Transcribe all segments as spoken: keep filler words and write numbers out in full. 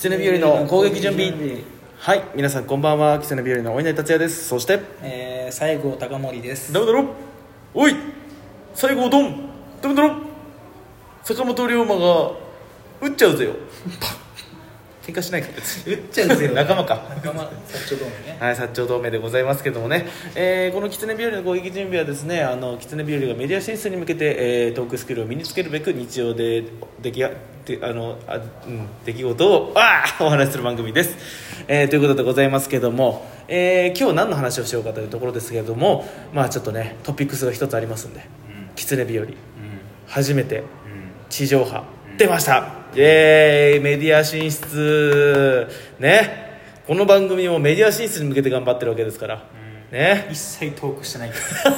狐日和の攻撃準備。はい、皆さんこんばんは。狐日和のお稲荷達也です。そして、 えー、西郷隆盛です。 ダメだろ、おい西郷ドン、ダメだろ、坂本龍馬が撃っちゃうぜよ喧嘩しないか別に撃っちゃうぜよ仲間か仲間、薩長同盟ね。 はい、薩長同盟でございますけどもね、えー、この狐日和の攻撃準備はですね、あの狐日和がメディア進出に向けて、えー、トークスキルを身につけるべく日常で出来であのあ、うん、出来事をあお話しする番組です、えー、ということでございますけども、えー、今日何の話をしようかというところですけれども、まあちょっとねトピックスが一つありますんで、うん、狐日和、うん、初めて地上波、うん、出ました、イエーイ、メディア進出ね。この番組もメディア進出に向けて頑張ってるわけですから、うん、ね、 一切トークしてない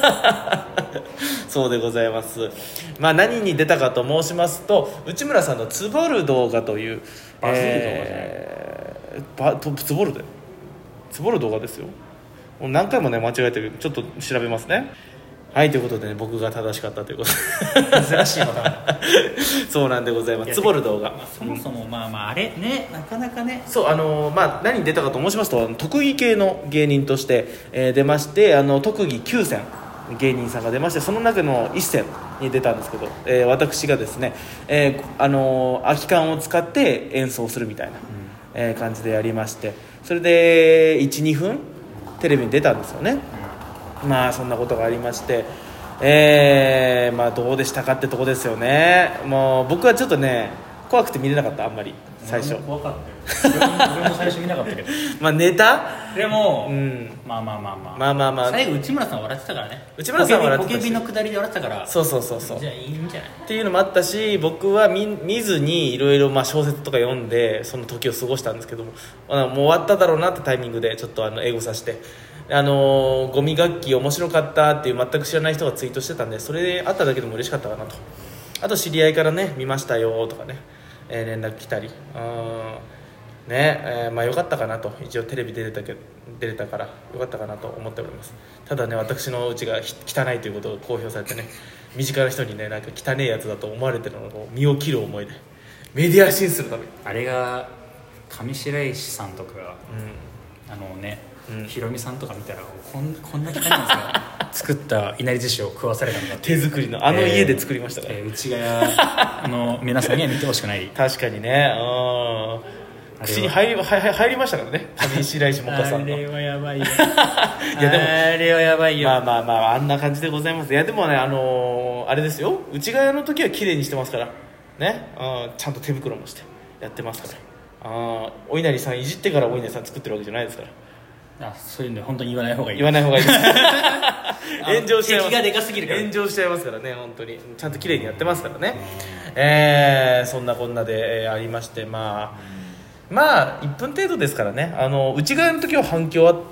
そうでございます。まあ何に出たかと申しますと、内村さんのつぼる動画というバズる動画じゃない、 えー、バつぼるでつぼる動画ですよ。もう何回もね間違えてる、ちょっと調べますね。はい、ということでね、僕が正しかったということ珍しいパターンそうなんでございます。つぼる動画、 まあ、そもそもまあまああれね、なかなかね、 そう、あのー、まあ何に出たかと申しますと、特技系の芸人として、えー、出まして、あの特技きゅうせん芸人さんが出まして、その中のいっせんに出たんですけど、えー、私がですね、えー、あのー、空き缶を使って演奏するみたいな、うん、えー、感じでやりまして、それで いちにふんテレビに出たんですよね、うん、まあそんなことがありまして、えー、まあどうでしたかってとこですよね。もう僕はちょっとね怖くて見れなかった、あんまり最初。 怖かったよ俺も最初見なかったけどまあネタでも、 うん、 まあまあまあまあまあまあまあ最後内村さん笑ってたからね。 内村さん笑ってたし、 ポケビの下りで笑ってたから、 そうそうそうそう、 じゃあいいんじゃないっていうのもあったし、僕は 見, 見ずにいろいろ小説とか読んでその時を過ごしたんですけども、もう終わっただろうなってタイミングでちょっとあの英語させて、あのー、ゴミ楽器面白かったっていう全く知らない人がツイートしてたんで、それで会っただけでも嬉しかったかなと。あと知り合いからね、見ましたよとかね、えー、連絡来たり、あね、えー、まあ良かったかなと。一応テレビ出れたけど出れたから良かったかなと思っております。ただね、私の家が汚いということが公表されてね、身近な人にね、なんか汚いやつだと思われてるのを身を切る思いでメディア進出するために、 あれが上白石さんとかが、うん、あのね、うん、ひろみさんとか見たらこん、こんな汚いやつが作ったいなり寿司を食わされたのか手作りのあの家で作りましたから、 えーえー、内側の皆さんには見てほしくない確かにね、あ口に入り、入りましたからね、上白石萌歌さんのあれはやばいよいやでもあれはやばいよ、 まあまあまああんな感じでございます。いやでもね、あのー、あれですよ、内側の時は綺麗にしてますからね、あちゃんと手袋もしてやってますから、あお稲荷さんいじってからお稲荷さん作ってるわけじゃないですから。 あ、そういうの本当に言わない方がいい、 言わない方がいいです炎上しちゃいます、 敵がでかすぎるから炎上しちゃいますからね、本当にちゃんと綺麗にやってますからね、えー、そんなこんなで、えー、ありまして、まあまあいっぷん程度ですからね、あの内側の時は反響あって、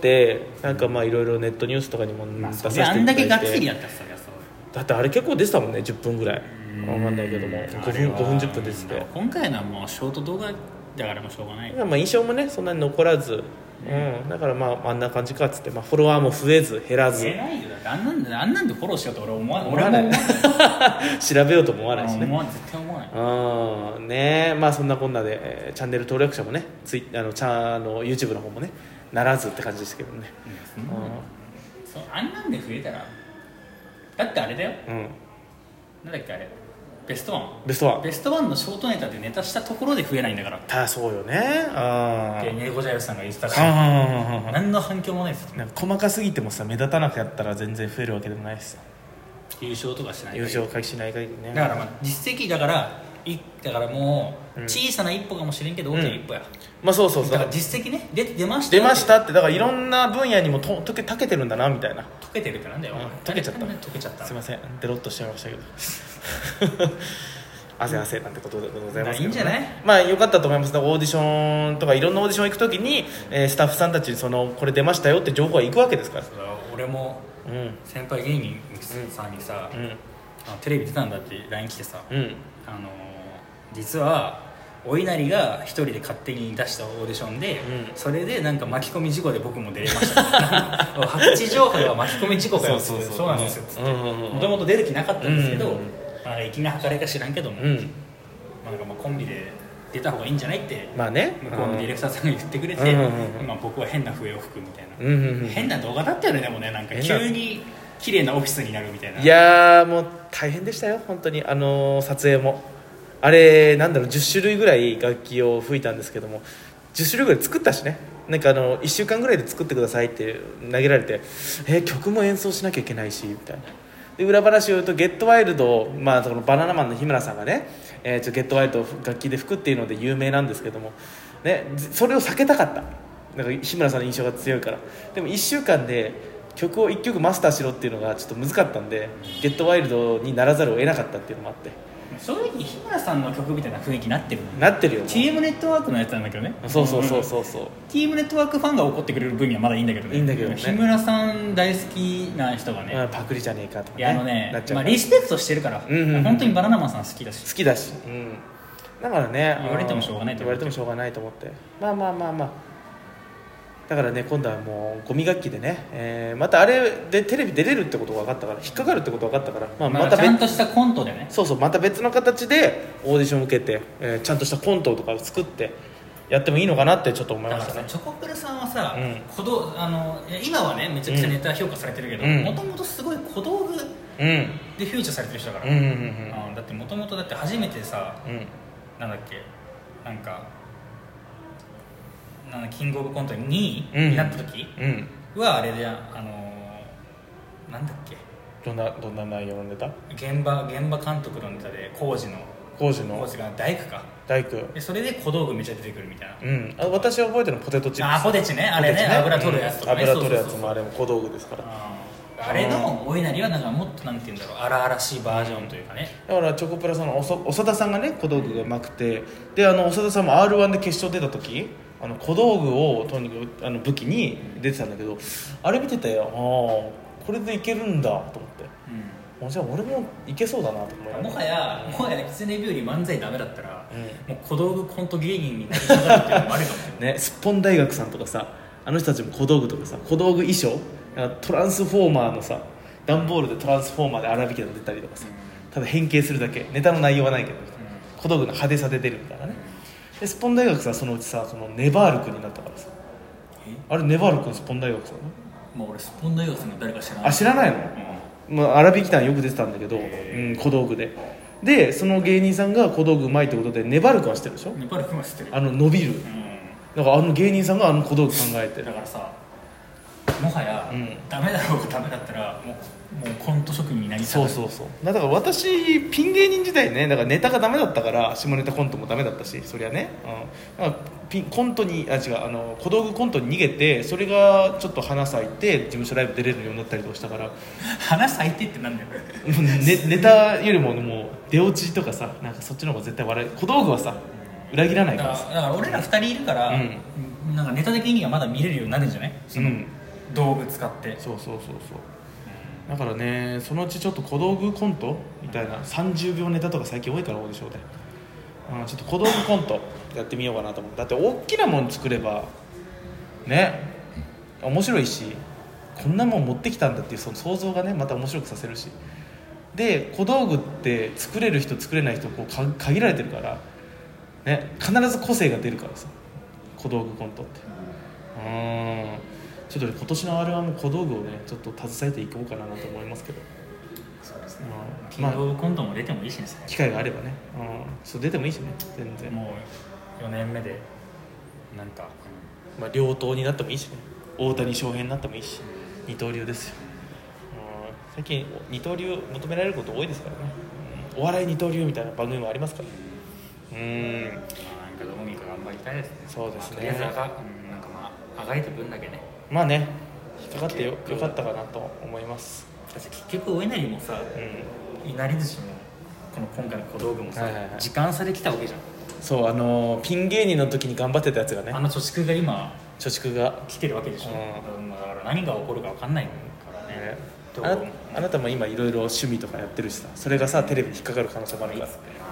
なんかまあいろいろネットニュースとかにも出させていただいて、 あんだけがっつりやったらそりゃそうだってあれ結構出てたもんね、じゅっぷんぐらい、分かんないけどもごふんごふんじゅっぷんですって。 今回のはもうショート動画だからもうしょうがない、 まあ、印象もねそんなに残らず、うん、だからまああんな感じかっつって、まあ、フォロワーも増えず減らず、 減らないよ、あんなんであんなんでフォローしようと俺思わない、俺も思わない調べようとも思わないしね、 思わ絶対思わない、 あね、まあそんなこんなで、えー、チャンネル登録者もねツイあのチャあの YouTube の方もねならずって感じですけどね、うん、 そうあんなんで増えたらだってあれだよ、うん、なんだっけあれベストワンベストワンベストワンのショートネタでネタしたところで増えないんだから。 あ、そうよね。あでネゴジャイルさんが言ってたから何の反響もないです。 なんか細かすぎてもさ目立たなくやったら全然増えるわけでもないしさ、 優勝とかしない優勝しない限りね。 だからまあ実績だからいだからもう小さな一歩かもしれんけど大きな一歩や、うん、 まあそうそうそう、 だから実績ね出出ました出ましたって、だからいろんな分野にもととけたけてるんだなみたいな。 溶けてるってなんだよ、うん、 溶けちゃった溶けちゃった、 すいませんデロッとしちゃいましたけど汗汗なんてことでございますけど、ね、 いいんじゃない。 まあ良かったと思います。オーディションとかいろんなオーディション行くときに、えー、スタッフさんたちにそのこれ出ましたよって情報が行くわけですから。 俺も先輩芸人さんにさ、うんうん、あテレビ出たんだって ライン 来てさ、うん、あの実はお稲荷が一人で勝手に出したオーディションで、うん、それでなんか巻き込み事故で僕も出れました白地上波は巻き込み事故かよってそうなんですよっつって、もともと出る気なかったんですけど、うんうんうん、まあ、粋な計らいか知らんけども、うん、まあ、なんかまあコンビで出た方がいいんじゃないってまあね向こうのディレクターさんが言ってくれて、 うんうんうん、 まあ、僕は変な笛を吹くみたいな、 うんうんうん、 変な動画だったよね。でもねなんか急に綺麗なオフィスになるみたいな。 いやーもう大変でしたよ本当に、あのー、撮影もあれなんだろうじゅっしゅるいぐらい楽器を吹いたんですけども、じゅっしゅるいぐらい作ったしね、なんかあのいっしゅうかんぐらいで作ってくださいって投げられて、えー、曲も演奏しなきゃいけないしみたいな。で裏話を言うとゲットワイルド、まあ、そのバナナマンの日村さんがね、えー、ちょゲットワイルドを楽器で吹くっていうので有名なんですけども、ね、それを避けたかった、なんか日村さんの印象が強いから。でもいっしゅうかんで曲をいっきょくマスターしろっていうのがちょっと難かったんで、ゲットワイルドにならざるを得なかったっていうのもあって、 正直日村さんの曲みたいな雰囲気になってるなってるよ。 ティーエム ネットワークのやつなんだけどね。 そうそうそうそうそう、 ティーエム ネットワークファンが怒ってくれる分にはまだいいんだけどね。 いいんだけどね、 日村さん大好きな人がね、 まあ、パクリじゃねえかとか、ね、 いやあのねなっちゃうまあ、リスペクトしてるから、 うんうんうん、 本当にバナナマンさん好きだし好きだし、うん、だからね言われてもしょうがないと思って言われてもしょうがないと思って、まあまあまあまあ、だからね今度はもうゴミ楽器でね、えー、またあれでテレビ出れるってことが分かったから、引っかかるってことが分かったから、まあ、 まあ、 またちゃんとしたコントでね、 そうそう、また別の形でオーディション受けて、えー、ちゃんとしたコントとかを作ってやってもいいのかなってちょっと思いだからさましたね。 チョコプラさんはさ、 うん、 小道あのいや今はねめちゃくちゃネタ評価されてるけど、もともとすごい小道具でフューチャーされてる人だから、 うんうんうんうんうん、だってもともとだって初めてさ、 うん、 なんだっけなんかなんだキングオブコントにいになった時はあれで、あのー、なんだっけどんなどんな内容のネタ？ 現場現場監督のネタで工事の工事の工事が大工か大工で、それで小道具めっちゃ出てくるみたいな、 うん、あ私は覚えてるのポテトチップス。 あポテチね、あれね、油取るやつとかね、 油取るやつもあれも小道具ですから。 あ, あれのお稲荷はなんかもっとなんて言うんだろう、荒々しいバージョンというかね。 だからチョコプラさんのおそ長田さんがね小道具がうまくて、であの長田さんも アールワン で決勝出た時あの小道具をとにかくあの武器に出てたんだけど、あれ見てて、ああこれでいけるんだと思って、うん、じゃあ俺もいけそうだなと思いもはやもはやキツネ日和漫才ダメだったら、うん、もう小道具コント芸人になりたがるっていうのもあるかもね。すっぽん大学さんとかさ、あの人たちも小道具とかさ、小道具衣装トランスフォーマーのさ段ボールでトランスフォーマーで荒引きが出たりとかさ、ただ変形するだけ、ネタの内容はないけど、小道具の派手さで出るみたいなね。でスポン大学さそのうちさそのネバール君になったからさ、あれネバール君スポン大学さんね。 もう俺スポン大学さんの誰か知らない。 あ知らないの？うん、まあ、荒引き団よく出てたんだけど、うん、小道具ででその芸人さんが小道具うまいってことでネバール君は知ってるでしょ。 ネバール君は知ってる。 あの伸びる、うん、だからあの芸人さんがあの小道具考えて、 だからさもはや、うん、ダメだろうがダメだったらもうもうコント職人になりたい。 そうそうそう。だから私ピン芸人時代ね、だからネタがダメだったから下ネタコントもダメだったし、そりゃね、うん、だからピンコントにあ違うあの小道具コントに逃げて、それがちょっと花咲いて事務所ライブ出れるようになったりとかしたから。 花咲いてってなんだよね、ネタよりももう出落ちとかさ、なんかそっちの方が絶対笑い、小道具はさ裏切らないからさ。 だから俺らふたりいるから、うん、なんかネタ的にはまだ見れるようになるんじゃない、その、うん、道具使って。 そうそうそうそう。だからねそのうちちょっと小道具コントみたいなさんじゅうびょうネタとか最近多いからオーディションで、うん、ちょっと小道具コントやってみようかなと思う。だって大きなもの作ればね面白いし、こんなもん持ってきたんだっていうその想像がねまた面白くさせるし、で小道具って作れる人作れない人こうか限られてるからね、必ず個性が出るからさ小道具コントって。うーんちょっと、ね、今年の アールワン も小道具をねちょっと携えていこうかなと思いますけど。 そうですね、キングオブコントも出てもいいしね、 機会があればね、うん、そう出てもいいしね、全然もうよねんめでなんか、 まあ、両党になってもいいしね、大谷翔平になってもいいし、二刀流ですよ、うん、最近二刀流求められること多いですからね、うん、お笑い二刀流みたいな番組もありますから。うーん、まあ、なんかどうにか頑張りたいですね。 そうですね、 とりあえずあが、うん、なんかまああがいた分だけね、 まあね引っかかって よ, よかったかなと思います。 結局お稲荷もさ、うん、いなり寿司もこの今回の小道具もさ、はいはいはい、時間差で来たわけじゃん。 そうあのピン芸人の時に頑張ってたやつがね、 あの貯蓄が今貯蓄が来てるわけでしょ、うん、だから何が起こるか分かんないからね、ね、 あ, なあなたも今いろいろ趣味とかやってるしさ、それがさテレビに引っかかる可能性もあるから、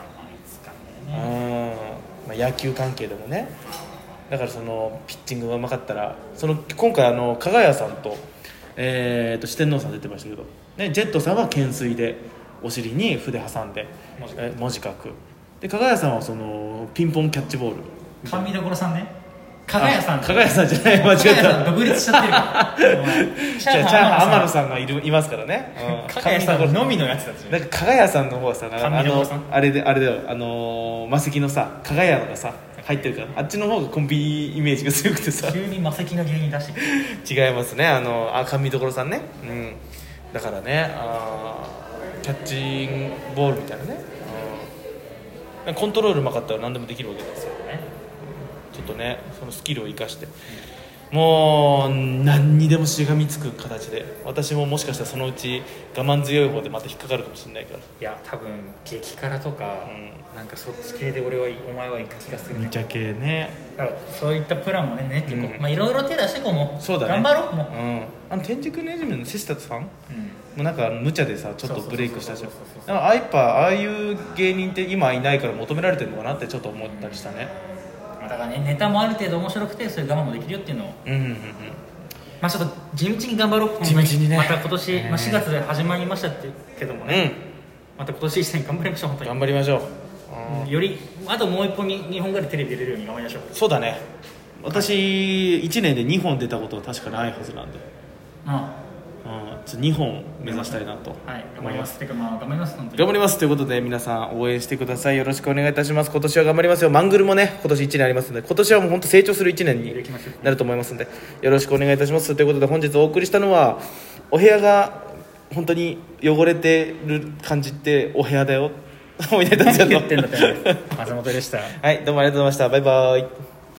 うんまあ、野球関係でもね。だからそのピッチングがうまかったら、その今回あの加賀谷さんと、えー、と四天王さん出てましたけど、ね、ジェットさんは懸垂でお尻に筆挟んで文字,、え文字書く、 で加賀谷さんはそのピンポンキャッチボール甘味どころさんね加賀谷さん加賀谷さんじゃない間違加賀谷さったん独立しちゃってるからお前チャーハン天野さんがいるいますからね、 うん、加賀谷さんのみのやつだなんか加賀谷さんの方はさあのあれであれだよあのマセキのさ加賀谷がさ入ってるからあっちの方がコンビイメージが強くてさ急にマセキの芸人出してくる違いますねあのあ甘味どころさんね、うん、だからねあキャッチボールみたいなね、うん、コントロールうまかったら何でもできるわけですよねちょっとねそのスキルを生かして、うん、もう何にでもしがみつく形で私ももしかしたらそのうち我慢強い方でまた引っかかるかもしれないからいや多分激辛とか、うん、なんかそっち系で俺はお前は行く気がするねむちゃ系ねだからそういったプランもね練っていこう、うん、まあいろいろ手出してこうもうそうだね頑張ろうもう、 うん、あの天竺ネズミの瀬下さん、うん、もうなんか無茶でさちょっとブレイクしたじゃんだからあやっぱああいう芸人って今いないから求められてるのかなってちょっと思ったりしたね、 うん、だからねネタもある程度面白くてそういう我慢もできるよっていうのを、うんうんうん、まあちょっと地道に頑張ろう地道にねまた今年、えーまあ、しがつで始まりましたってけどもね、うん、また今年一年頑張りましょう本当に頑張りましょう、 うん、よりあともう一本ににほんぐらいテレビ出れるように頑張りましょうそうだね私いちねんでにほん出たことは確かないはずなんでああにほん目指したいなとはい頑張りますてかまあ頑張ります本当に頑張りますということで皆さん応援してくださいよろしくお願いいたします今年は頑張りますよマングルもね今年いちねんありますので今年はもう本当成長するいちねんになると思いますのでよろしくお願いいたしますということで本日お送りしたのはお部屋が本当に汚れてる感じってお部屋だよおいでたちゃんの言ってんだって松本でしたはいどうもありがとうございましたバイバイ